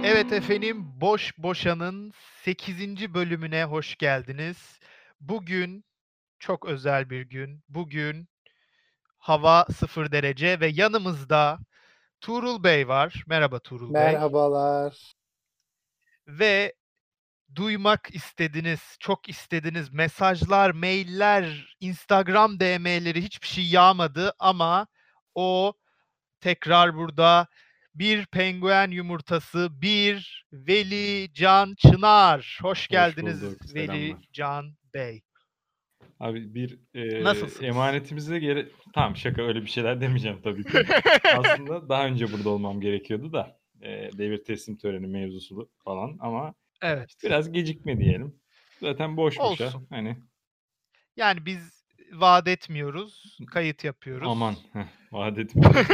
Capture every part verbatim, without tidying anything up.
Evet efendim, Boş Boşan'ın sekizinci bölümüne hoş geldiniz. Bugün çok özel bir gün. Bugün hava sıfır derece ve yanımızda Tuğrul Bey var. Merhaba Tuğrul Bey. Merhabalar. Ve duymak istediniz, çok istediniz. Mesajlar, mailler, Instagram D M'leri hiçbir şey yağmadı ama o tekrar burada. Bir penguen yumurtası, bir Veli Can Çınar. Hoş Hoş geldiniz bulduk. Veli Selamlar. Can Bey. Abi bir eee Nasılsınız? emanetimize geri... Tamam şaka öyle bir şeyler demeyeceğim tabii ki. Aslında daha önce burada olmam gerekiyordu da. eee, devir teslim töreni mevzusu falan ama işte Evet. biraz gecikme diyelim. Zaten boş boşa Olsun. hani Yani biz vaat etmiyoruz, kayıt aman yapıyoruz. heh, vaat etmiyoruz.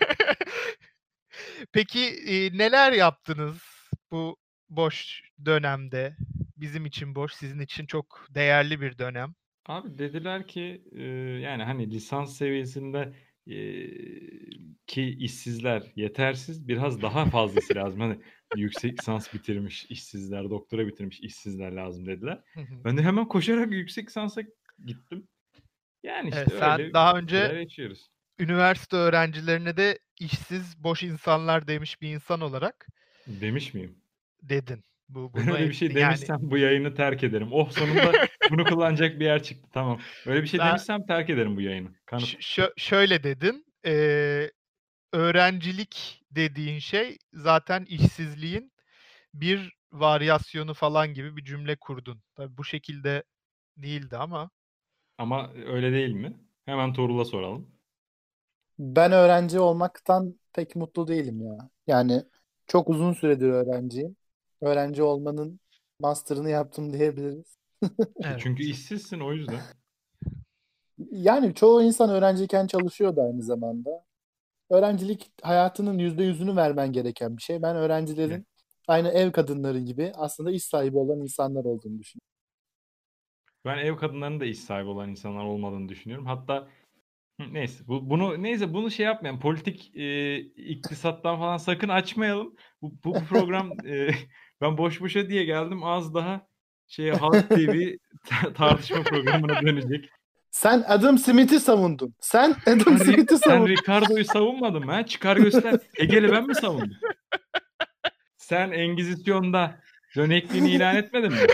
Peki e, neler yaptınız bu boş dönemde? Bizim için boş, sizin için çok değerli bir dönem. Abi dediler ki eee, yani hani lisans seviyesinde eee, ki işsizler yetersiz biraz daha fazlası lazım. Hani yüksek lisans bitirmiş işsizler, doktora bitirmiş işsizler lazım dediler. Hı hı. Ben de hemen koşarak yüksek lisansa gittim. Yani Evet, işte sen öyle daha önce şeyler yaşıyoruz. üniversite öğrencilerine de işsiz, boş insanlar demiş bir insan olarak Demiş miyim? dedin. Bu Ben bunu öyle bir şey ettin. Yani demişsem bu yayını terk ederim. Oh sonunda bunu kullanacak bir yer çıktı. Tamam. Öyle bir şey sen demişsem terk ederim bu yayını. Kanıt. ş- şö- şöyle dedin. eee, öğrencilik dediğin şey zaten işsizliğin bir varyasyonu falan gibi bir cümle kurdun. Tabii bu şekilde değildi ama. Ama öyle değil mi? Hemen Tuğrul'a soralım. Ben öğrenci olmaktan pek mutlu değilim ya. Yani çok uzun süredir öğrenciyim. Öğrenci olmanın master'ını yaptım diyebiliriz. E çünkü Evet. işsizsin o yüzden. Yani çoğu insan öğrenciyken çalışıyordu aynı zamanda. Öğrencilik hayatının yüzde yüzünü vermen gereken bir şey. Ben Ya, öğrencilerin aynı ev kadınları gibi aslında iş sahibi olan insanlar olduğunu düşünüyorum. ben ev kadınlarının da iş sahibi olan insanlar olmadığını düşünüyorum. Hatta hı, neyse bu, bunu neyse bunu şey yapmayalım. Politik e, iktisattan falan sakın açmayalım. Bu, bu, bu program e, ben boş boşa diye geldim. Az daha şeye Halk T V ta- tartışma programına dönecek. Sen Adam Smith'i savundun. Sen Adam Sen, Ri- Smith'i sen savundun. Ricardo'yu savunmadın mı? Ha? Çıkar göster. Hegel'i ben mi savundum? Sen Engizisyon'da dönekliğini ilan etmedin mi?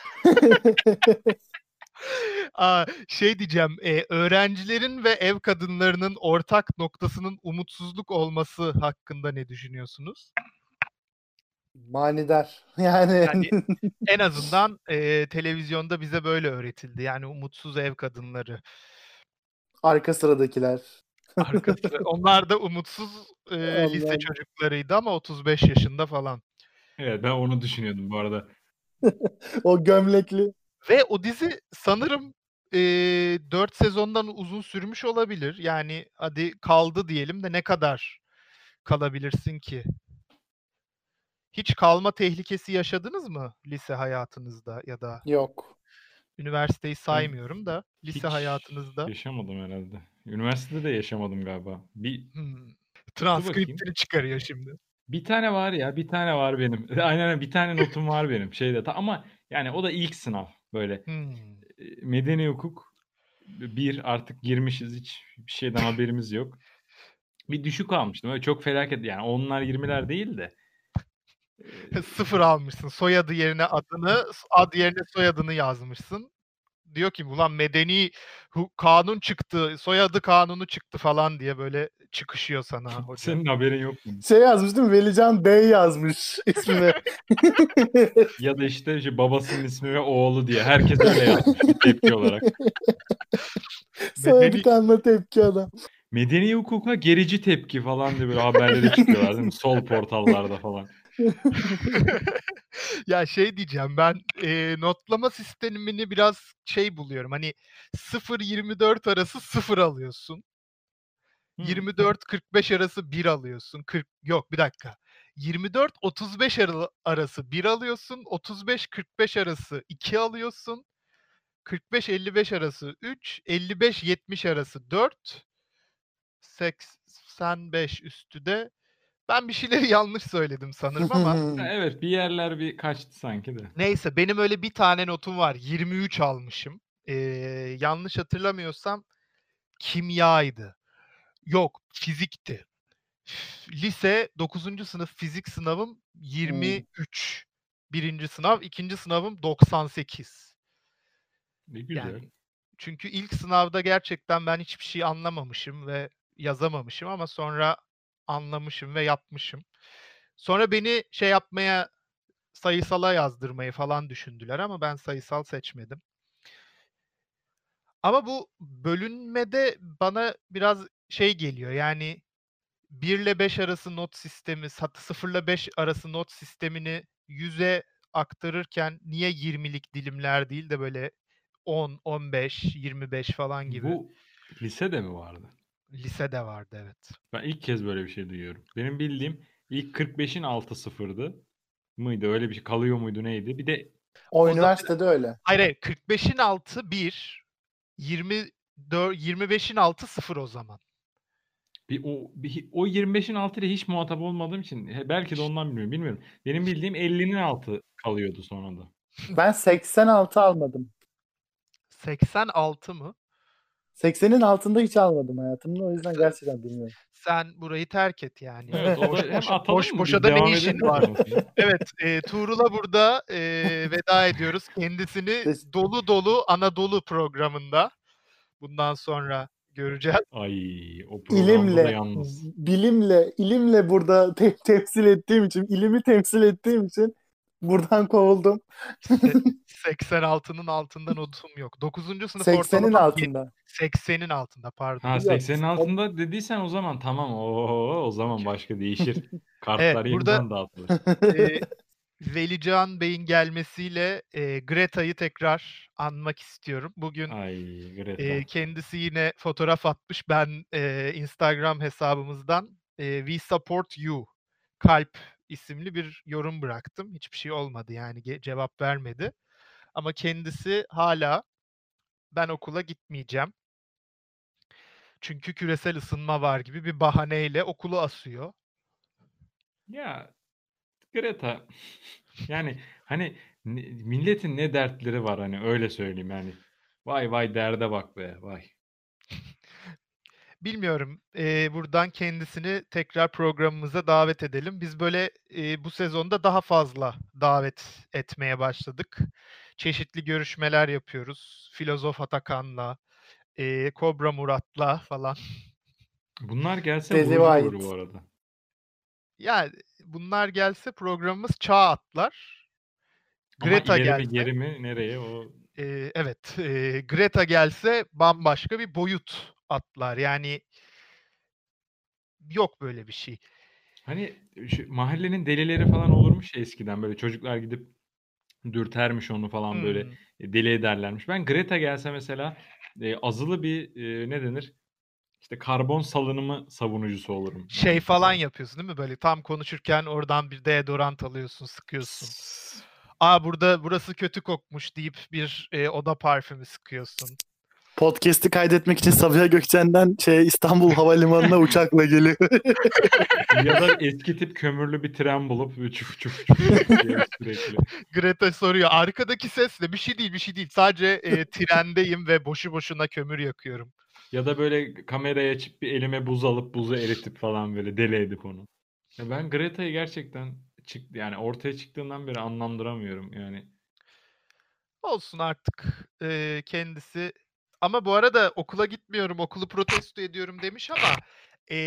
Aa, şey diyeceğim, e, öğrencilerin ve ev kadınlarının ortak noktasının umutsuzluk olması hakkında ne düşünüyorsunuz? Manidar. Yani Yani en azından e, televizyonda bize böyle öğretildi. Yani umutsuz ev kadınları. arka sıradakiler. Arkası. Onlar da umutsuz e, lise Allah. çocuklarıydı ama otuz beş yaşında falan. Evet ben onu düşünüyordum bu arada. O gömlekli. Ve o dizi sanırım e, dört sezondan uzun sürmüş olabilir. Yani hadi kaldı diyelim de ne kadar kalabilirsin ki? Hiç kalma tehlikesi yaşadınız mı lise hayatınızda ya da Yok. üniversiteyi Ben saymıyorum da lise hiç hayatınızda? yaşamadım herhalde. Üniversitede de yaşamadım galiba. Bir Hımm. dur bakayım. Transkriptini çıkarıyor şimdi. Bir tane var ya, bir tane var benim. Aynen öyle, bir tane notum var benim şeyde. Ta- Ama yani o da ilk sınav böyle. Hımm. E, Medeni hukuk bir artık girmişiz hiç bir şeyden haberimiz yok. Bir düşük almıştım. Öyle çok felaket yani onlar yirmiler değil de. e, sıfır almışsın. Soyadı yerine adını, ad yerine soyadını yazmışsın. Diyor ki ulan medeni hu kanun çıktı, soyadı kanunu çıktı falan diye böyle çıkışıyor sana hoca. Senin haberin yok mu? Şey yazmış değil mi? Velican Bey yazmış ismine. Ya da işte şey, babasının ismi ve oğlu diye. Herkes öyle yazmış bir tepki olarak. Soyadı Medeni kalma tepki adam. Medeni hukuka gerici tepki falan diye böyle haberlere çıkıyorlar değil mi? Sol portallarda falan. Ya, şey diyeceğim, ben, eee, notlama sistemini biraz şey buluyorum, hani, sıfır yirmi dört arası sıfır alıyorsun. Hı. yirmi dört kırk beş arası bir alıyorsun. kırk yok, bir dakika. yirmi dört otuz beş aralı arası bir alıyorsun. otuz beş kırk beş arası iki alıyorsun. kırk beş elli beş arası üç, elli beş yetmiş arası dört, seksen beş üstü de Ben bir şeyleri yanlış söyledim sanırım ama Ha, evet bir yerler bir kaçtı sanki de. neyse benim öyle bir tane notum var. yirmi üç almışım. Ee, yanlış hatırlamıyorsam kimyaydı. Yok, fizikti. Lise dokuzuncu sınıf fizik sınavım Hmm. yirmi üç. Birinci sınav, ikinci sınavım doksan sekiz. Ne güzel. Yani çünkü ilk sınavda gerçekten ben hiçbir şey anlamamışım ve yazamamışım ama sonra anlamışım ve yapmışım. Sonra beni şey yapmaya, sayısala yazdırmayı falan düşündüler ama ben sayısal seçmedim. Ama bu bölünmede bana biraz şey geliyor. Yani bir ile beş arası not sistemi, hatta sıfır ile beş arası not sistemini yüze aktarırken niye yirmilik dilimler değil de böyle on, on beş, yirmi beş falan gibi. Bu lisede mi vardı? Lisede vardı, evet. Ben ilk kez böyle bir şey duyuyorum. Benim bildiğim ilk kırk beşin altı sıfırdı. Mıydı? Öyle bir şey kalıyor muydu neydi? Bir de O O zaman üniversitede öyle. hayır hayır kırk beşin altı bir, yirmi dört, yirmi beşin altı sıfır o zaman. bir o bir, o yirmi beşin altı ile hiç muhatap olmadığım için he, belki de ondan bilmiyorum. Bilmiyorum. Benim bildiğim ellinin altı kalıyordu sonra da. Ben seksen altı almadım. seksen altı mı? seksenin altında hiç almadım hayatımda. O yüzden gerçekten bilmiyorum. Sen burayı terk et yani. Evet o Boş da hem boşa, atalım boş mı boşa biz da ne devam işin edelim var? sonrasında. Evet, e, Tuğrul'a burada e, veda ediyoruz. Kendisini Teş- dolu dolu Anadolu programında bundan sonra göreceğiz. Ay o programda da İlimle, yalnız. bilimle, ilimle burada te- temsil ettiğim için, ilimi temsil ettiğim için buradan kovuldum. Se- seksen altının altında notum yok. dokuzuncu sınıf seksenin ortalamam altında. seksenin altında pardon. Ha Yok. seksenin O, altında dediysen o zaman tamam. Oo, o zaman başka değişir. Kartlar Evet, burada yeniden dağıtılır. e, Velican Bey'in gelmesiyle e, Greta'yı tekrar anmak istiyorum. Bugün Ay Greta. e, kendisi yine fotoğraf atmış. Ben e, Instagram hesabımızdan e, We Support You kalp isimli bir yorum bıraktım. Hiçbir şey olmadı yani ge- cevap vermedi. Ama kendisi hala ben okula gitmeyeceğim. Çünkü küresel ısınma var gibi bir bahaneyle okulu asıyor. Ya Greta yani hani ne- milletin ne dertleri var hani öyle söyleyeyim yani. Vay vay derde bak be vay. Bilmiyorum. Eee, buradan kendisini tekrar programımıza davet edelim. Biz böyle eee, bu sezonda daha fazla davet etmeye başladık. Çeşitli görüşmeler yapıyoruz. Filozof Atakan'la, eee, Kobra Murat'la falan. Bunlar gelse Deli vurucu olur White. bu arada. Yani bunlar gelse programımız çağ atlar. Ama Greta ileri mi gelse, geri mi nereye o eee, evet, eee, Greta gelse bambaşka bir boyut atlar. Yani yok böyle bir şey. hani şu mahallenin delileri falan olurmuş ya eskiden böyle çocuklar gidip dürtermiş onu falan böyle Hmm. e, deli ederlermiş. Ben Greta gelse mesela e, azılı bir e, ne denir? İşte karbon salınımı savunucusu olurum Şey yani. falan yapıyorsun değil mi? Böyle tam konuşurken oradan bir deodorant alıyorsun, sıkıyorsun. Aa burada burası kötü kokmuş deyip bir e, oda parfümü sıkıyorsun. Podcast'i kaydetmek için Sabiha Gökçen'den şey İstanbul Havalimanı'na uçakla geliyor. Ya da eski tip kömürlü bir tren bulup böyle çuf çuf çuf çuf diye sürekli. Greta soruyor. Arkadaki ses ne? Bir şey değil, bir şey değil. Sadece e, trendeyim ve boşu boşuna kömür yakıyorum. Ya da böyle kamerayı açıp bir elime buz alıp buzu eritip falan böyle deli edip onu. Ya ben Greta'yı gerçekten çık yani ortaya çıktığından beri anlamdıramıyorum yani. Olsun artık e, kendisi. Ama bu arada okula gitmiyorum, okulu protesto ediyorum demiş ama e,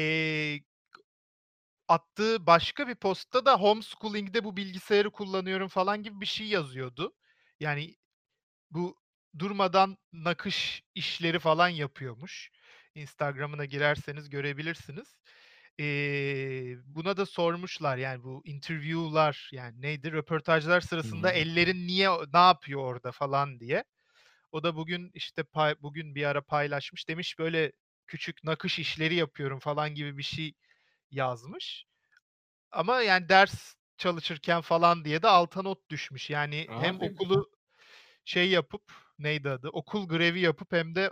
attığı başka bir postta da homeschooling'de bu bilgisayarı kullanıyorum falan gibi bir şey yazıyordu. Yani bu durmadan nakış işleri falan yapıyormuş. Instagram'ına girerseniz görebilirsiniz. Eee, buna da sormuşlar yani bu interview'lar yani neydi röportajlar Hı sırasında hı. ellerin niye ne yapıyor orada falan diye. O da bugün işte pay, bugün bir ara paylaşmış demiş böyle küçük nakış işleri yapıyorum falan gibi bir şey yazmış. Ama yani ders çalışırken falan diye de alta not düşmüş. Yani hem Abi okulu şey yapıp neydi adı? Okul grevi yapıp hem de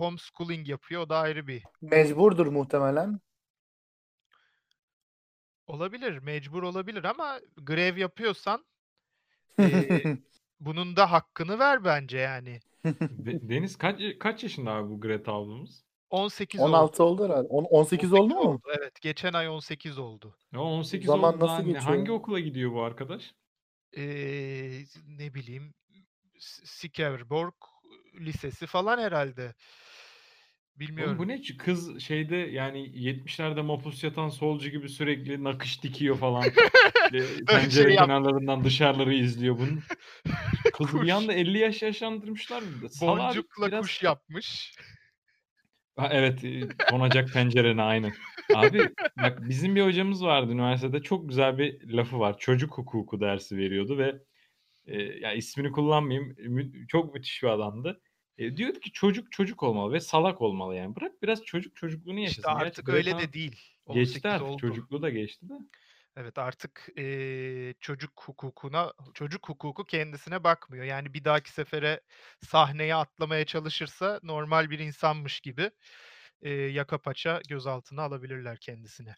homeschooling yapıyor. O da ayrı bir Mecburdur muhtemelen. Olabilir, mecbur olabilir ama grev yapıyorsan eee, bunun da hakkını ver bence yani. De- Deniz kaç kaç yaşında abi bu Greta ablamız? on sekiz on oldu. altı oldu herhalde. On- on sekiz oldu on sekiz mu? oldu. Evet, geçen ay on sekiz oldu. Ya on sekiz Zaman oldu daha nasıl ne, hangi geçiyor? okula gidiyor bu arkadaş? Eee, ne bileyim S- Sikerborg Lisesi falan herhalde. Oğlum bu Bilmiyorum. ne ç- kız şeyde yani yetmişlerde mapus yatan solcu gibi sürekli nakış dikiyor falan. İşte Öyle şey pencere yap. kenarlarından dışarıları izliyor. Bunun kızı bir Kuş. anda elli yaş yaşlandırmışlar. Sal abi Boncukla biraz. kuş yapmış. Ha, evet e, konacak pencerene aynen. Abi bak bizim bir hocamız vardı üniversitede çok güzel bir lafı var. Çocuk hukuku dersi veriyordu ve e, ya ismini kullanmayayım mü- çok müthiş bir adamdı. E, diyordu ki çocuk çocuk olmalı ve salak olmalı yani. Bırak biraz çocuk çocukluğunu İşte yaşasın. Gerçi artık öyle de Greta'nın değil. geçti on sekiz artık oldu. çocukluğu da geçti de. Evet artık eee, çocuk hukukuna, çocuk hukuku kendisine bakmıyor. Yani bir dahaki sefere sahneye atlamaya çalışırsa normal bir insanmış gibi eee, yaka paça gözaltına alabilirler kendisini.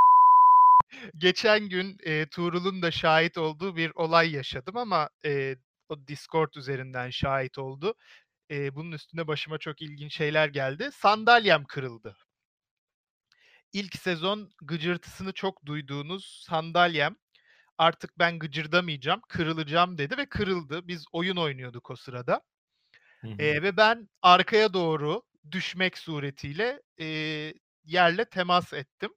Geçen gün eee, Tuğrul'un da şahit olduğu bir olay yaşadım ama eee, o Discord üzerinden şahit oldu. Eee, bunun üstüne başıma çok ilginç şeyler geldi. Sandalyem kırıldı. İlk sezon gıcırtısını çok duyduğunuz sandalyem artık ben gıcırdamayacağım, kırılacağım dedi ve kırıldı. Biz oyun oynuyorduk o sırada. Hı hı. Eee, ve ben arkaya doğru düşmek suretiyle eee, yerle temas ettim.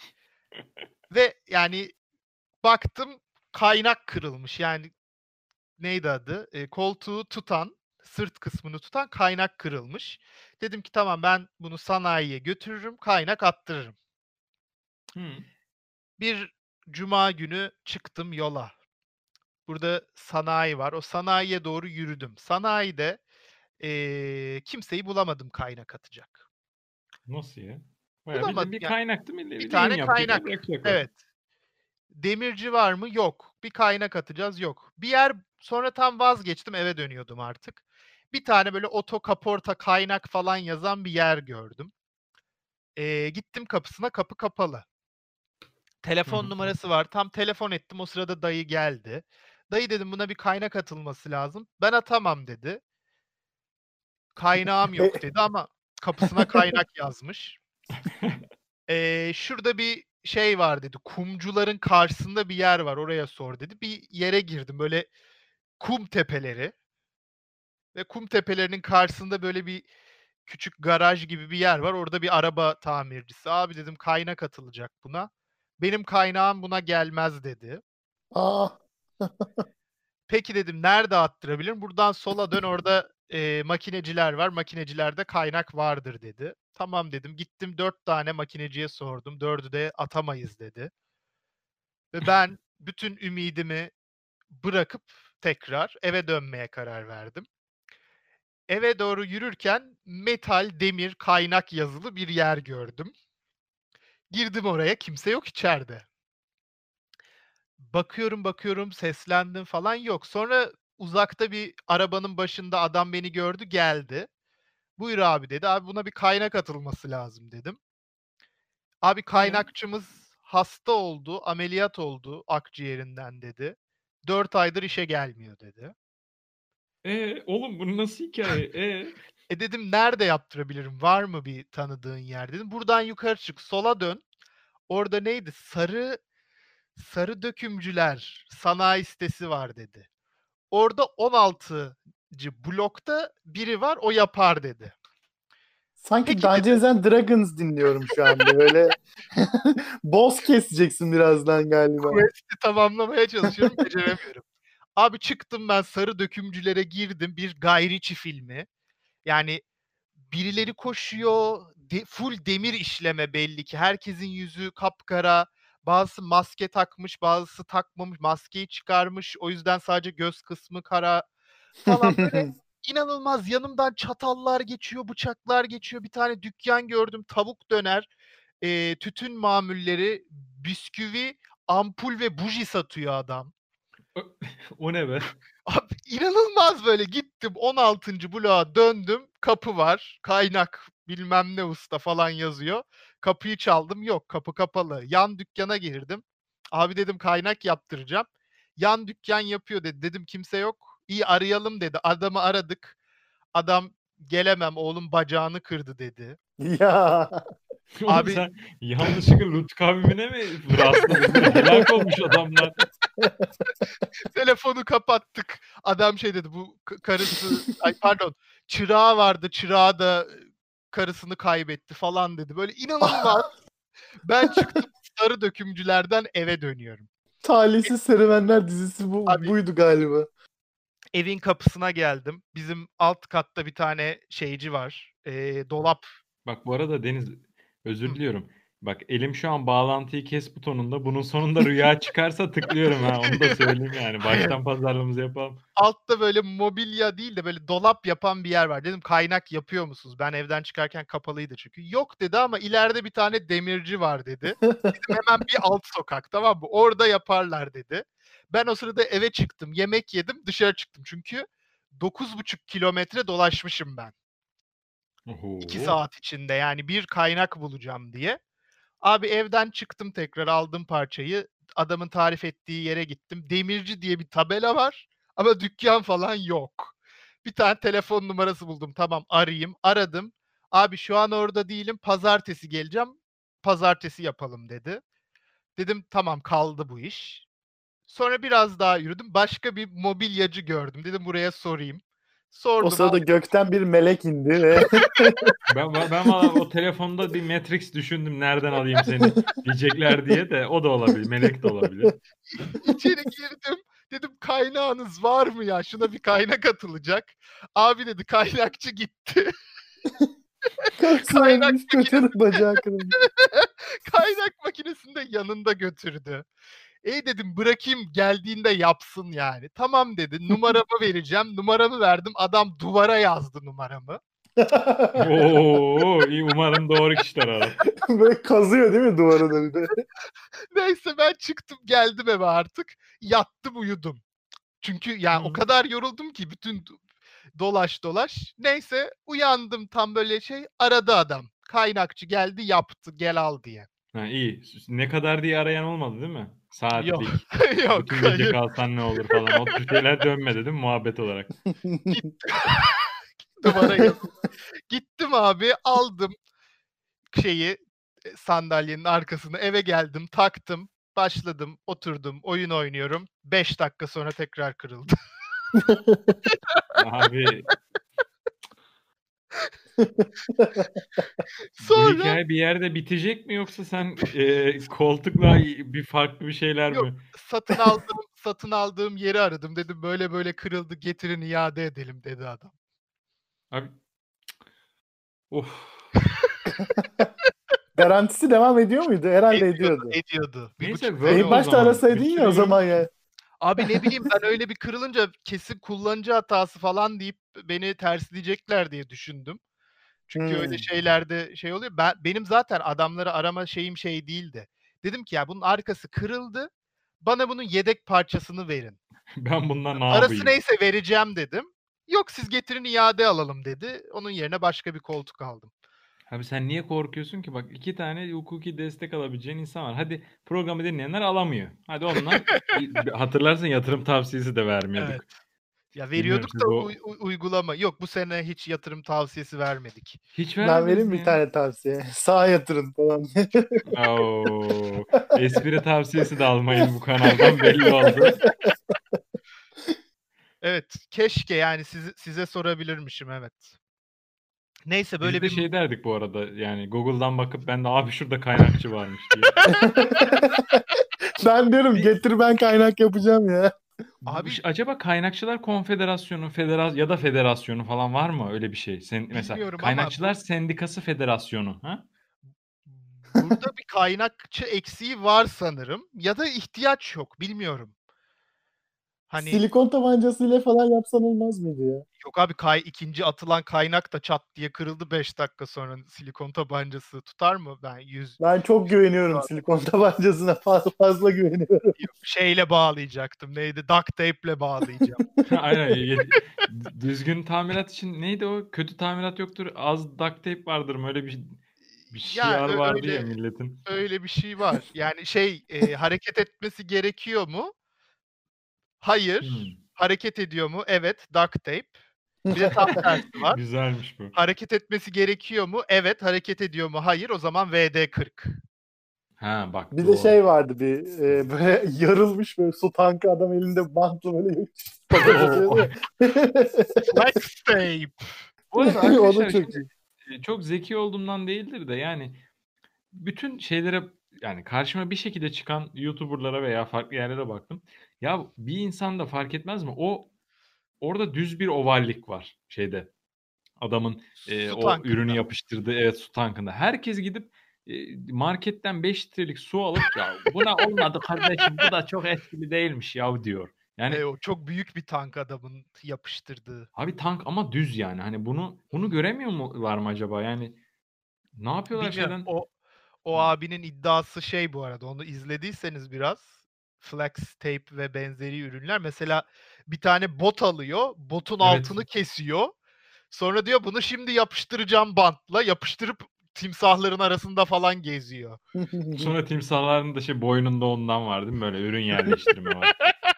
Ve yani baktım kaynak kırılmış. Yani neydi adı? Eee, koltuğu tutan, sırt kısmını tutan kaynak kırılmış. Dedim ki tamam ben bunu sanayiye götürürüm, kaynak attırırım. Hı. Bir cuma günü çıktım yola. Burada sanayi var. O sanayiye doğru yürüdüm. Sanayide eee, kimseyi bulamadım kaynak atacak. Nasıl ya? Bayağı bildiğin Bulamadım. bir Yani kaynaktı bir millet lehim tane yapacaklar kaynak. bırakacaklar. Evet. Demirci var mı? Yok. Bir kaynak atacağız. Yok. Bir yer sonra tam vazgeçtim. Eve dönüyordum artık. Bir tane böyle oto kaporta kaynak falan yazan bir yer gördüm. Eee, gittim kapısına. Kapı kapalı. Hı Telefon hı. numarası var. Tam telefon ettim. O sırada dayı geldi. Dayı dedim buna bir kaynak atılması lazım. Ben atamam dedi. Kaynağım E, yok dedi ama kapısına kaynak yazmış. Eee, şurada bir şey var dedi. Kumcuların karşısında bir yer var. Oraya sor dedi. Bir yere girdim. Böyle kum tepeleri ve kum tepelerinin karşısında böyle bir küçük garaj gibi bir yer var. Orada bir araba tamircisi. Abi dedim kaynak atılacak buna. Benim kaynağım buna gelmez dedi. aa, Peki dedim nerede attırabilirim? Buradan sola dön orada eee, makineciler var. Makinecilerde kaynak vardır dedi. Tamam dedim. Gittim dört tane makineciye sordum. Dördü de atamayız dedi. Ve ben bütün ümidimi bırakıp tekrar eve dönmeye karar verdim. Eve doğru yürürken metal, demir, kaynak yazılı bir yer gördüm. Girdim oraya, kimse yok içeride. Bakıyorum bakıyorum seslendim falan yok. Sonra uzakta bir arabanın başında adam beni gördü geldi. "Buyur abi." dedi. "Abi buna bir kaynak atılması lazım." dedim. "Abi E, kaynakçımız hasta oldu, ameliyat oldu akciğerinden." dedi. "dört aydır işe gelmiyor." dedi. e, oğlum bu nasıl hikaye? E, E dedim nerede yaptırabilirim? Var mı bir tanıdığın yer dedim. "Buradan yukarı çık, sola dön." Orada neydi? Sarı Sarı Dökümcüler sanayi sitesi var dedi. Orada on altıncı blokta biri var, o yapar dedi. sanki Peki dedim. Dungeons and Dragons dinliyorum şu anda. Böyle boss keseceksin birazdan galiba. Quest'i tamamlamaya çalışıyorum, beceremiyorum. Abi çıktım ben Sarı Dökümcülere girdim. Bir Guy Ritchie filmi. Yani birileri koşuyor, de full demir işleme belli ki. Herkesin yüzü kapkara. Bazısı maske takmış, bazısı takmamış. Maskeyi çıkarmış. O yüzden sadece göz kısmı kara falan böyle inanılmaz. Yanımdan çatallar geçiyor, bıçaklar geçiyor. Bir tane dükkan gördüm, tavuk döner, eee, tütün mamulleri, bisküvi, ampul ve buji satıyor adam. o ne be? Abi inanılmaz böyle gittim on altıncı bloğa döndüm. Kapı var. Kaynak bilmem ne usta falan yazıyor. Kapıyı çaldım. Yok kapı kapalı. Yan dükkana girdim. Abi dedim kaynak yaptıracağım. Yan dükkan yapıyor dedi. Dedim kimse yok. İyi arayalım dedi. Adamı aradık. Adam gelemem oğlum bacağını kırdı dedi. Ya. Oğlum Abi sen yanlışlıkla Lut kavmine mi rastladın? Helak olmuş adamlar. telefonu kapattık. Adam şey dedi bu k- karısı ay pardon çırağı vardı çırağı da e, karısını kaybetti falan dedi. Böyle inanılmaz. Ben çıktım sarı dökümcülerden eve dönüyorum. Talihsiz Serüvenler dizisi bu, Abi buydu galiba. evin kapısına geldim. Bizim alt katta bir tane şeyci var. Ee, dolap. Bak bu arada Deniz özür Hı. diliyorum. Bak elim şu an bağlantıyı kes butonunda. Bunun sonunda rüya çıkarsa tıklıyorum ha. Onu da söyleyeyim yani. Hayır. Baştan pazarlığımızı yapalım. Altta böyle mobilya değil de böyle dolap yapan bir yer var. Dedim kaynak yapıyor musunuz? Ben evden çıkarken kapalıydı çünkü. Yok dedi ama ileride bir tane demirci var dedi. Dedim hemen bir alt sokak tamam mı? Orada yaparlar dedi. Ben o sırada eve çıktım. Yemek yedim dışarı çıktım. Çünkü dokuz buçuk kilometre dolaşmışım ben. iki Oho. saat içinde yani bir kaynak bulacağım diye. Abi evden çıktım tekrar aldım parçayı. Adamın tarif ettiği yere gittim. Demirci diye bir tabela var ama dükkan falan yok. Bir tane telefon numarası buldum. Tamam arayayım. Aradım. Abi şu an orada değilim. Pazartesi geleceğim. Pazartesi yapalım dedi. Dedim tamam kaldı bu iş. Sonra biraz daha yürüdüm. Başka bir mobilyacı gördüm. Dedim buraya sorayım. O Sordum sırada abi. gökten bir melek indi ve Ben, ben, ben valla o telefonda bir Matrix düşündüm. Nereden alayım seni diyecekler diye de o da olabilir. Melek de olabilir. İçeri girdim. Dedim kaynağınız var mı ya? Şuna bir kaynak atılacak. Abi dedi kaynakçı gitti. karısı Kaynak ölmüş, kötünün bacağı kırılmış. kaynak makinesini de yanında götürdü. E dedim bırakayım geldiğinde yapsın yani. Tamam dedi. Numaramı vereceğim. Numaramı verdim. Adam duvara yazdı numaramı. Oo, iyi umarım doğru kişiler aradı. Böyle kazıyor değil mi duvarın önünde? Neyse ben çıktım geldim eve artık. Yattım uyudum. Çünkü yani o Hı. kadar yoruldum ki bütün dolaş dolaş. Neyse uyandım tam böyle şey aradı adam. Kaynakçı geldi yaptı gel al diye. Ha, iyi. Ne kadar diye arayan olmadı değil mi? Yok. Saatlik. Yok Bütün gece hayır. kalsan ne olur falan. O tür şeyler dönmedi değil mi muhabbet olarak? Duvara yazılı. Gittim abi aldım şeyi e, sandalyenin arkasına eve geldim taktım başladım oturdum oyun oynuyorum. beş dakika sonra tekrar kırıldı. Abi bu Sonra hikaye bir yerde bitecek mi yoksa sen e, koltukla bir farklı bir şeyler yok mi? satın aldığım satın aldığım yeri aradım dedim böyle böyle kırıldı getirin iade edelim dedi adam. Abi of. Garantisi devam ediyor muydu? Herhalde Ediyordu, ediyordu. ediyordu. Bir Neyse buçuk böyle En o başta zaman. arasaydın Bir ya sürü o zaman yorum. ya. Abi ne bileyim ben öyle bir kırılınca kesin kullanıcı hatası falan deyip beni tersleyecekler diye düşündüm. Çünkü öyle Hmm. şeylerde şey oluyor. Ben benim zaten adamları arama şeyim şey değildi. Dedim ki ya bunun arkası kırıldı. Bana bunun yedek parçasını verin. Ben bundan ne Parası yapayım? neyse vereceğim dedim. Yok siz getirin iade alalım dedi. Onun yerine başka bir koltuk aldım. Abi sen niye korkuyorsun ki? Bak iki tane hukuki destek alabileceğin insan var. Hadi programı dinleyenler alamıyor. Hadi onlar hatırlarsın yatırım tavsiyesi de vermiyorduk. Evet. Ya Bilmiyorum veriyorduk siz da o uy- uy- uygulama. Yok bu sene hiç yatırım tavsiyesi vermedik. hiç Ben vermediniz vereyim mi bir ya? tane tavsiye. Sağa yatırın falan. Oo, espri tavsiyesi de almayın bu kanaldan belli oldu. Evet, keşke yani sizi, size sorabilirmişim evet. Neyse böyle Biz de bir şey derdik bu arada yani Google'dan bakıp ben de abi şurada kaynakçı varmış diye. Ben diyorum getir ben kaynak yapacağım ya. Bu- abi acaba Kaynakçılar Konfederasyonu, federas ya da federasyonu falan var mı öyle bir şey? Sen mesela bilmiyorum ama Kaynakçılar bu, Sendikası Federasyonu, ha? burada bir kaynakçı eksiği var sanırım ya da ihtiyaç yok bilmiyorum. Hani Silikon tabancasıyla falan yapsan olmaz mıydı ya? yok abi kay, ikinci atılan kaynak da çat diye kırıldı beş dakika sonra silikon tabancası tutar mı? Ben yüz Ben çok güveniyorum silikon tabancasına fazla fazla güveniyorum. şeyle bağlayacaktım. Neydi? Duct tape'le bağlayacağım. Aynen. ye- Düzgün tamirat için neydi o? Kötü tamirat yoktur. Az duct tape vardır mı? Öyle bir Bir Ya şiar ö- vardı ya öyle milletin. öyle bir şey var. Yani şey e, hareket etmesi gerekiyor mu? Hayır. Hmm. Hareket ediyor mu? Evet. Duct tape. Bir de tam tersi var. Güzelmiş bu. Hareket etmesi gerekiyor mu? Evet. Hareket ediyor mu? Hayır. O zaman V D kırk. Ha bak Bir de doğru. şey vardı bir e, böyle yarılmış böyle su tankı adam elinde bantla böyle Oo. Flex tape. Bu arada o da arkadaşlar çok şimdi iyi. e, çok zeki olduğumdan değildir de yani bütün şeylere yani karşıma bir şekilde çıkan YouTuber'lara veya farklı yerlere baktım. Ya bir insan da fark etmez mi? O orada düz bir ovallik var şeyde. Adamın e, Su o ürünü tankında. yapıştırdığı evet su tankında. Herkes gidip e, marketten beş litrelik su alıp ya buna olmadı kardeşim bu da çok etkili değilmiş ya diyor. Yani E, o çok büyük bir tank adamın yapıştırdığı. abi tank ama düz yani. Hani bunu bunu göremiyorlar mı acaba? Yani ne yapıyorlar Bilmiyorum. şeyden? O o abinin iddiası şey bu arada. Onu izlediyseniz biraz flex tape ve benzeri ürünler. Mesela bir tane bot alıyor. Botun Evet. altını kesiyor. Sonra diyor bunu şimdi yapıştıracağım bantla. Yapıştırıp timsahların arasında falan geziyor. Sonra timsahların da şey boynunda ondan var değil mi? Böyle ürün yerleştirme var.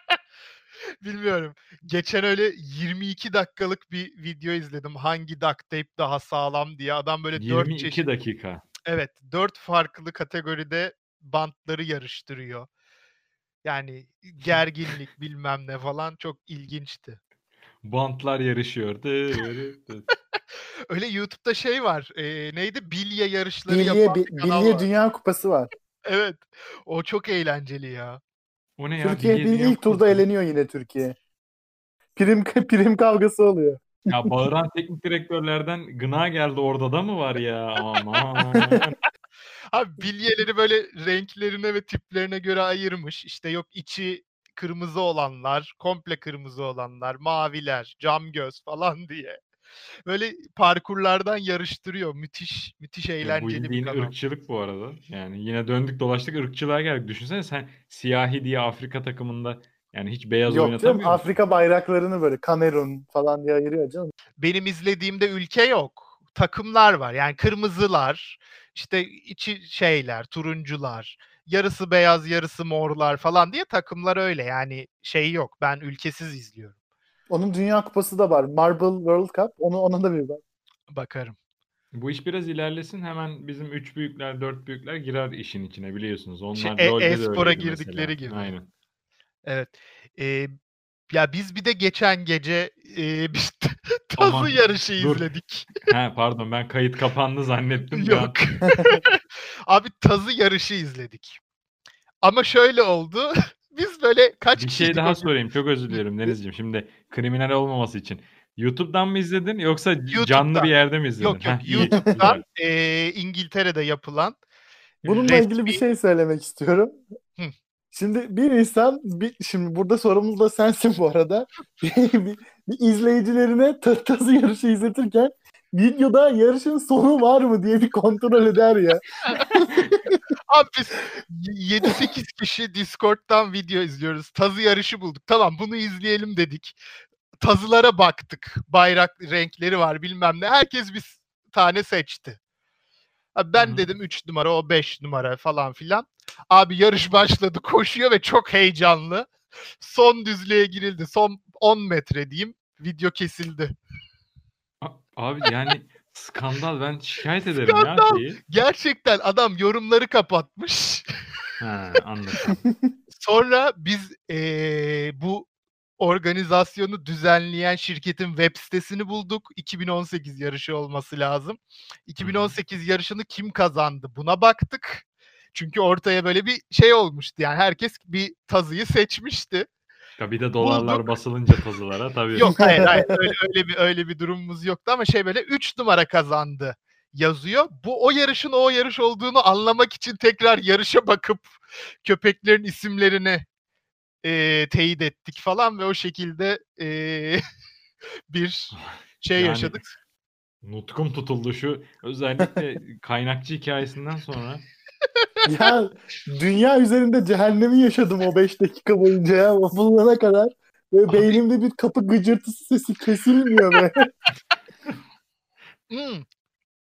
Bilmiyorum. Geçen öyle yirmi iki dakikalık bir video izledim. Hangi duct tape daha sağlam diye. Adam böyle dört yirmi iki çeşit, dakika. evet, dört farklı kategoride bantları yarıştırıyor. Yani gerginlik bilmem ne falan çok ilginçti. Bantlar yarışıyor. Dırırı. Öyle YouTube'da şey var. E, neydi? Bilye yarışları yapan Bilye, bir kanal Bilye var. Dünya Kupası var. Evet. O çok eğlenceli ya. O ne ya? Türkiye Bilye bir Dünya ilk turda Kupası. eleniyor yine Türkiye. Prim prim kavgası oluyor. Ya bağıran teknik direktörlerden gına geldi orada da mı var ya? Aman. Abi bilyeleri böyle renklerine ve tiplerine göre ayırmış. İşte yok içi kırmızı olanlar, komple kırmızı olanlar, maviler, cam göz falan diye. Böyle parkurlardan yarıştırıyor. Müthiş, müthiş Ya bu eğlenceli bir bildiğin kanal. ırkçılık bu arada. Yani yine döndük dolaştık ırkçılığa geldik. Düşünsene sen siyahi diye Afrika takımında yani hiç beyaz Yok canım oynatamıyor musun? Afrika bayraklarını böyle Kamerun falan diye ayırıyor canım. Benim izlediğimde ülke yok. Takımlar var. Yani kırmızılar, işte içi şeyler, turuncular, yarısı beyaz, yarısı morlar falan diye takımlar öyle. Yani şey yok. Ben ülkesiz izliyorum. Onun Dünya Kupası da var. Marble World Cup. Onu ona da bir bak. Bakarım. Bu iş biraz ilerlesin hemen bizim üç büyükler, dört büyükler girer işin içine biliyorsunuz. Şey, Onlar e- LoL'de de e-spora öyleydi girdikleri mesela. gibi. Aynen. Evet. Ee, ya biz bir de geçen gece e, biz tazı Aman yarışı dur. izledik. He pardon ben kayıt kapandı zannettim bir Yok. an. Abi tazı yarışı izledik. Ama şöyle oldu. Biz böyle kaç Bir şey kişiydik daha o gün? sorayım. Çok özür dilerim Denizciğim. Şimdi kriminal olmaması için. YouTube'dan mı izledin yoksa c- canlı YouTube'dan. bir yerde mi izledin? Yok yok Heh, iyi. YouTube'dan Güzel. e, İngiltere'de yapılan Bununla ilgili bir resmi. şey söylemek istiyorum. Hı. Şimdi bir insan, bir, şimdi burada sorumlu da sensin bu arada. Bir, bir, bir izleyicilerine ta- tazı yarışı izletirken videoda yarışın sonu var mı diye bir kontrol eder ya. Abi biz yedi sekiz kişi Discord'dan video izliyoruz. Tazı yarışı bulduk. Tamam bunu izleyelim dedik. Tazılara baktık. Bayrak renkleri var bilmem ne. Herkes bir tane seçti. Abi ben Hı hı. dedim üç numara, o beş numara falan filan. Abi yarış başladı, koşuyor ve çok heyecanlı. Son düzlüğe girildi. Son on metre diyeyim. Video kesildi. A- Abi yani skandal. Ben şikayet ederim ya Skandal. şeyi. Gerçekten adam yorumları kapatmış. Ha anladım. Sonra biz eee, bu organizasyonu düzenleyen şirketin web sitesini bulduk. iki bin on sekiz yarışı olması lazım. Hı hı. iki bin on sekiz yarışını kim kazandı buna baktık. Çünkü ortaya böyle bir şey olmuştu. Yani herkes bir tazıyı seçmişti. Ya bir de dolarlar Bulduk. basılınca tazılara tabii. Yok hayır hayır öyle, öyle bir öyle bir durumumuz yoktu ama şey böyle üç numara kazandı yazıyor. Bu o yarışın o yarış olduğunu anlamak için tekrar yarışa bakıp köpeklerin isimlerini eee, teyit ettik falan ve o şekilde eee, bir şey Yani yaşadık. nutkum tutuldu şu özellikle kaynakçı hikayesinden sonra. Ya dünya üzerinde cehennemi yaşadım o beş dakika boyunca ya. O bulana kadar. Ve Abi, beynimde bir kapı gıcırtısı sesi kesilmiyor be. hmm,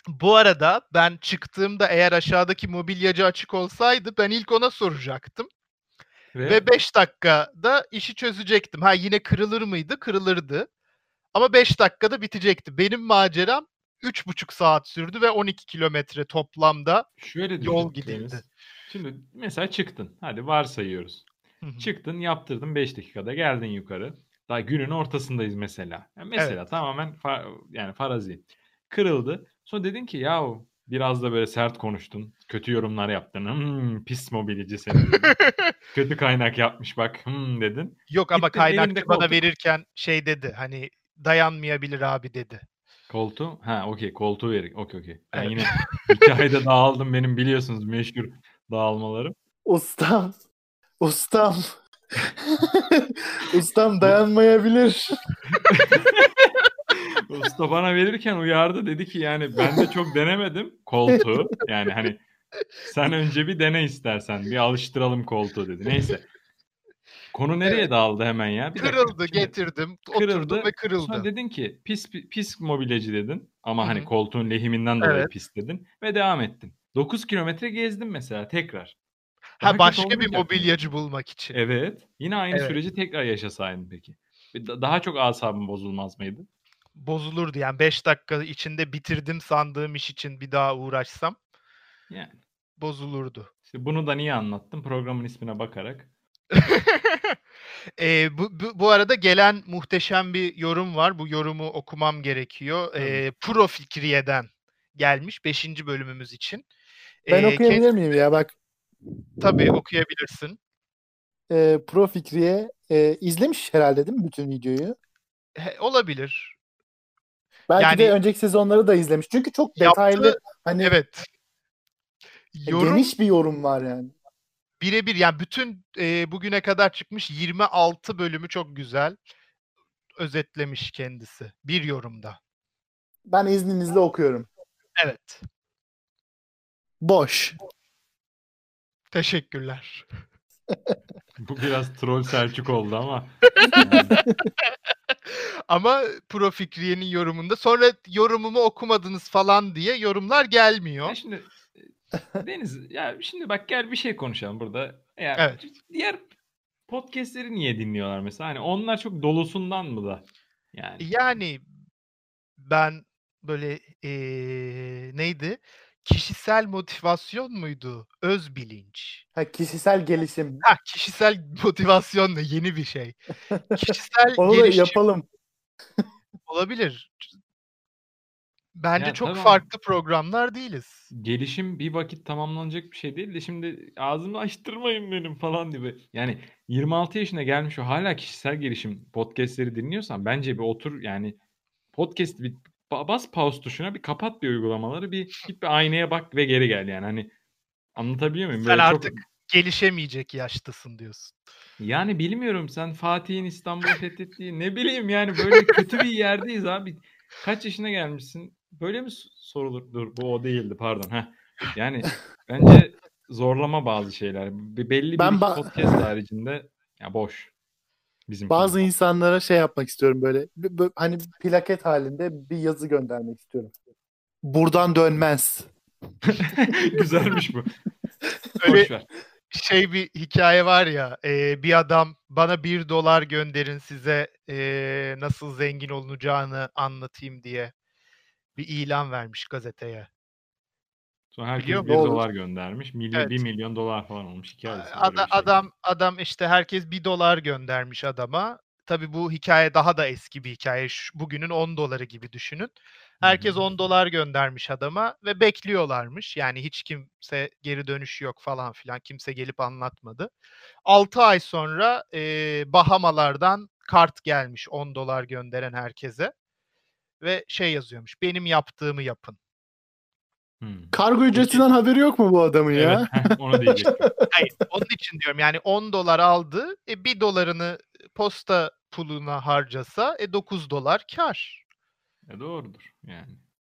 Bu arada ben çıktığımda eğer aşağıdaki mobilyacı açık olsaydı ben ilk ona soracaktım. Ve, Ve beş dakikada işi çözecektim. Ha yine kırılır mıydı? Kırılırdı. Ama beş dakikada bitecekti. Benim maceram üç buçuk saat sürdü ve on iki kilometre toplamda şöyle yol düşün gidildi. Deniz. Şimdi mesela çıktın. Hadi varsayıyoruz. Hı hı. Çıktın, yaptırdın beş dakikada geldin yukarı. Daha günün ortasındayız mesela. Yani mesela Evet. tamamen fa- yani farazi. Kırıldı. Sonra dedin ki yahu biraz da böyle sert konuştun. Kötü yorumlar yaptın. Hmm, pis mobilyacı seni dedin. Kötü kaynak yapmış bak hmm dedin. Yok ama Gittin elinde kaynakçı bana koltuk. verirken şey dedi. Hani dayanmayabilir abi dedi. Koltuğu. Ha okey koltuğu verin. Okey okey. Ben Evet. yine hikayede dağıldım. Benim biliyorsunuz meşhur dağılmalarım. Ustam. Ustam. Ustam Bu dayanmayabilir. usta bana verirken uyardı. Dedi ki yani ben de çok denemedim koltuğu. Yani hani sen önce bir dene istersen. Bir alıştıralım koltuğu dedi. Neyse. Konu nereye Evet. dağıldı hemen ya? Bir dakika. Kırıldı, Şimdi getirdim, oturdum ve kırıldı. Sonra kırıldı. dedin ki pis pis mobilyacı dedin. Ama Hı hani hı. koltuğun lehiminden dolayı Evet. pis dedin. Ve devam ettin. dokuz kilometre gezdin mesela tekrar. Ha Daha kötü başka bir olmayacak mı? mobilyacı bulmak için. Evet. Yine aynı Evet. süreci tekrar yaşasaydın peki. Bir da- Daha çok asabın bozulmaz mıydı? Bozulurdu yani beş dakika içinde bitirdim sandığım iş için bir daha uğraşsam Yani. bozulurdu. İşte bunu da niye anlattım? Programın ismine bakarak. Eee, bu, bu, bu arada gelen muhteşem bir yorum var. Bu yorumu okumam gerekiyor. Tabii. Eee Pro Fikriye'den gelmiş beşinci bölümümüz için. Ben Eee okuyabilir kendisi miyim ya? Bak tabii okuyabilirsin. e, Pro Fikriye e, izlemiş herhalde değil mi bütün videoyu? He, olabilir. Belki de Yani önceki sezonları da izlemiş. Çünkü çok yaptığı detaylı hani evet yorum geniş bir yorum var yani. birebir yani bütün eee, bugüne kadar çıkmış yirmi altı bölümü çok güzel özetlemiş kendisi bir yorumda. Ben izninizle okuyorum. Evet. Boş. Teşekkürler. Bu biraz troll Selçuk oldu ama. Yani. Ama Pro Fikriye'nin yorumunda sonra yorumumu okumadınız falan diye yorumlar gelmiyor. Ya şimdi Deniz ya şimdi bak gel bir şey konuşalım burada. Ya Evet. diğer podcast'leri niye dinliyorlar mesela? Hani onlar çok dolusundan mı da? Yani. Yani ben böyle eee, neydi? Kişisel motivasyon muydu? Öz bilinç. Ha, kişisel gelişim. Ha, kişisel motivasyon da yeni bir şey. Kişisel Onu da gelişim yapalım. olabilir. Bence Ya çok tamam farklı programlar değiliz. gelişim bir vakit tamamlanacak bir şey değil de şimdi ağzımı açtırmayın benim falan gibi. Yani yirmi altı yaşına gelmiş o hala kişisel gelişim podcast'leri dinliyorsan bence bir otur yani podcast bir ba- bas pause tuşuna bir kapat bir uygulamaları bir git bir aynaya bak ve geri gel yani hani anlatabiliyor muyum? Sen Böyle çok artık gelişemeyecek yaştasın diyorsun. yani bilmiyorum sen Fatih'in İstanbul'u fethettiği ne bileyim yani böyle kötü bir yerdeyiz abi. Kaç yaşına gelmişsin? Böyle mi s- sorulur? Dur bu o değildi pardon. Heh. Yani bence zorlama bazı şeyler. Bir belli bir Ben iki ba- podcast haricinde ya boş bizimkiler. bazı insanlara şey yapmak istiyorum böyle. B- b- hani plaket halinde bir yazı göndermek istiyorum. Buradan dönmez. Güzelmiş bu. Öyle Boş ver. şey bir hikaye var ya eee, bir adam bana bir dolar gönderin size eee, nasıl zengin olunacağını anlatayım diye bir ilan vermiş gazeteye. Sonra herkes Biliyor Ne bir musun? olur? dolar göndermiş. Milyon, bir Evet. milyon dolar falan olmuş. Hikayesi öyle Ada- bir şey. Adam adam işte herkes bir dolar göndermiş adama. Tabii bu hikaye daha da eski bir hikaye. Şu- Bugünün on doları gibi düşünün. Hı Herkes hı. on dolar göndermiş adama ve bekliyorlarmış. Yani hiç kimse geri dönüşü yok falan filan. Kimse gelip anlatmadı. altı ay sonra eee, Bahamalardan kart gelmiş on dolar gönderen herkese ve şey yazıyormuş. Benim yaptığımı yapın. Hmm. Kargo Peki ücretinden haberi yok mu bu adamın evet ya? heh, onu diyecektim. Hayır, onun için diyorum yani on dolar aldı, e, bir dolarını posta puluna harcasa e, dokuz dolar kâr. E doğrudur yani.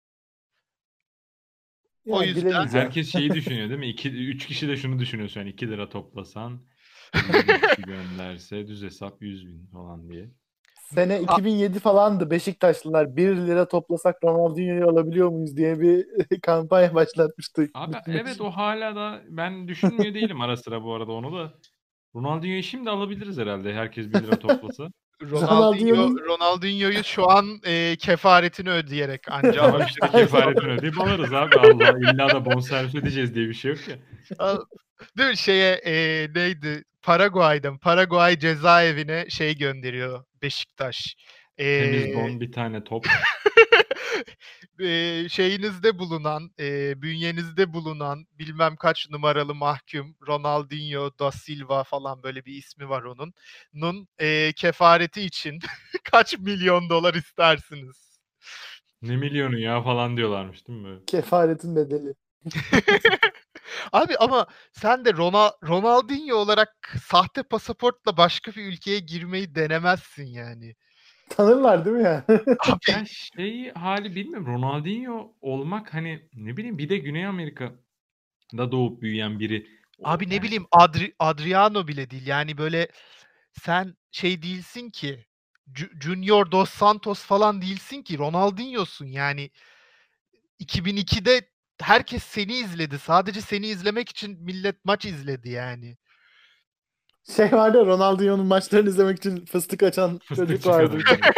O Yani yüzden bilemeyeceğim. Herkes şeyi düşünüyor değil mi? İki, üç kişi de şunu düşünüyor şu an. iki lira toplasan elli bin kişi gönderse düz hesap yüz bin falan diye. Sene iki bin yedi falandı. Beşiktaşlılar bir lira toplasak Ronaldinho'yu alabiliyor muyuz diye bir kampanya başlatmıştı. Abi evet, o hala da ben düşünmüyor değilim ara sıra bu arada onu da. Ronaldinho'yu şimdi alabiliriz herhalde, herkes bir lira toplasa. Ronaldinho, Ronaldinho'nun- Ronaldinho'yu şu an e, kefaretini ödeyerek anca Ama işte alabiliriz. kefaretini ödeyip alırız abi. Allah, illa da bonservis ödeyeceğiz diye bir şey yok ya. Al- Değil mi şeye e, neydi? Paraguay'dan Paraguay cezaevine şey gönderiyor Beşiktaş. E, Temiz don, bir tane top. e, şeyinizde bulunan, e, bünyenizde bulunan bilmem kaç numaralı mahkum Ronaldinho da Silva falan böyle bir ismi var onun. Nun e, kefareti için kaç milyon dolar istersiniz? Ne milyonu ya falan diyorlarmış değil mi böyle? Kefaretin bedeli. Abi ama sen de Ronal Ronaldinho olarak sahte pasaportla başka bir ülkeye girmeyi denemezsin yani. Tanırlar değil mi ya? Abi Ya şey hali bilmiyorum. Ronaldinho olmak, hani ne bileyim, bir de Güney Amerika'da doğup büyüyen biri. O- abi ne yani bileyim Adri Adriano bile değil. Yani böyle sen şey değilsin ki. Ju- Junior Dos Santos falan değilsin ki. Ronaldinho'sun yani. iki bin ikide herkes seni izledi. Sadece seni izlemek için millet maç izledi yani. Şey vardı ya, Ronaldinho'nun maçlarını izlemek için fıstık açan fıstık çocuk vardı. çıkardı.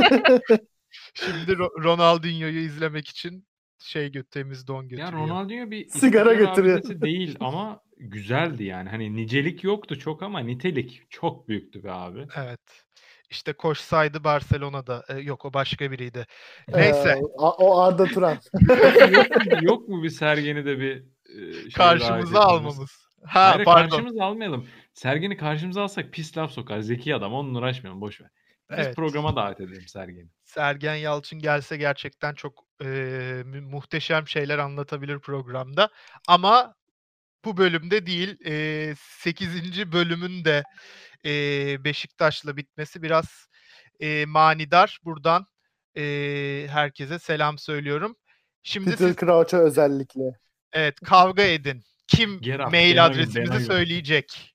Şimdi Ro- Ronaldinho'yu izlemek için şey gö- temiz don Ya götürüyor. Ronaldinho bir Sigara istikrar götürüyor. abidesi değil ama güzeldi yani. Hani nicelik yoktu çok ama nitelik çok büyüktü be abi. Evet. İşte koşsaydı Barcelona'da. E, yok o başka biriydi. Ee, Neyse a- o Arda Turan. yok, mu, yok mu bir Sergen'i de bir e, şeye davet karşımıza etmemiz? almamız. Ha Hayır, pardon. karşımıza almayalım. Sergen'i karşımıza alsak pis laf sokar. Zeki adam, onunla uğraşmayalım, boş ver. Biz Evet. programa davet edelim Sergen'i. Sergen Yalçın gelse gerçekten çok e, mü- muhteşem şeyler anlatabilir programda. Ama bu bölümde değil. E, sekizinci bölümün de e, Beşiktaş'la bitmesi biraz e, manidar. Buradan e, herkese selam söylüyorum. Şimdi Peter siz Crouch'a özellikle. evet kavga edin. Kim Geralt, mail Benagun, adresimizi Benagun. söyleyecek?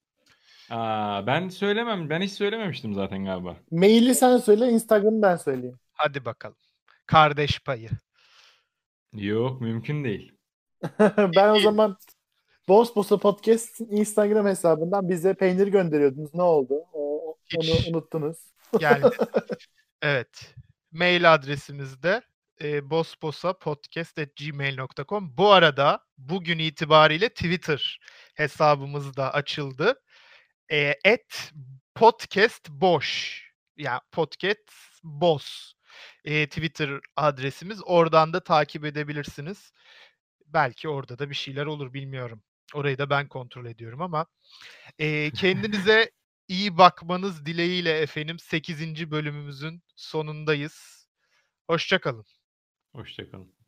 Aa, ben söylemem. Ben hiç söylememiştim zaten galiba. Maili sen söyle, Instagram'ı ben söyleyeyim. Hadi bakalım. Kardeş payı. Yok, mümkün değil. Ben o zaman Boss Boss'a Podcast Instagram hesabından bize peynir gönderiyordunuz. Ne oldu? O, onu Hiç. unuttunuz. Yani evet. Mail adresimiz de e, bossbossapodcast at gmail nokta com. Bu arada bugün itibariyle Twitter hesabımız da açıldı. E, at podcast boş. Yani podcast boss. E, Twitter adresimiz. Oradan da takip edebilirsiniz. Belki orada da bir şeyler olur bilmiyorum. Orayı da ben kontrol ediyorum ama e, kendinize iyi bakmanız dileğiyle efendim sekizinci bölümümüzün sonundayız. Hoşça kalın. Hoşça kalın.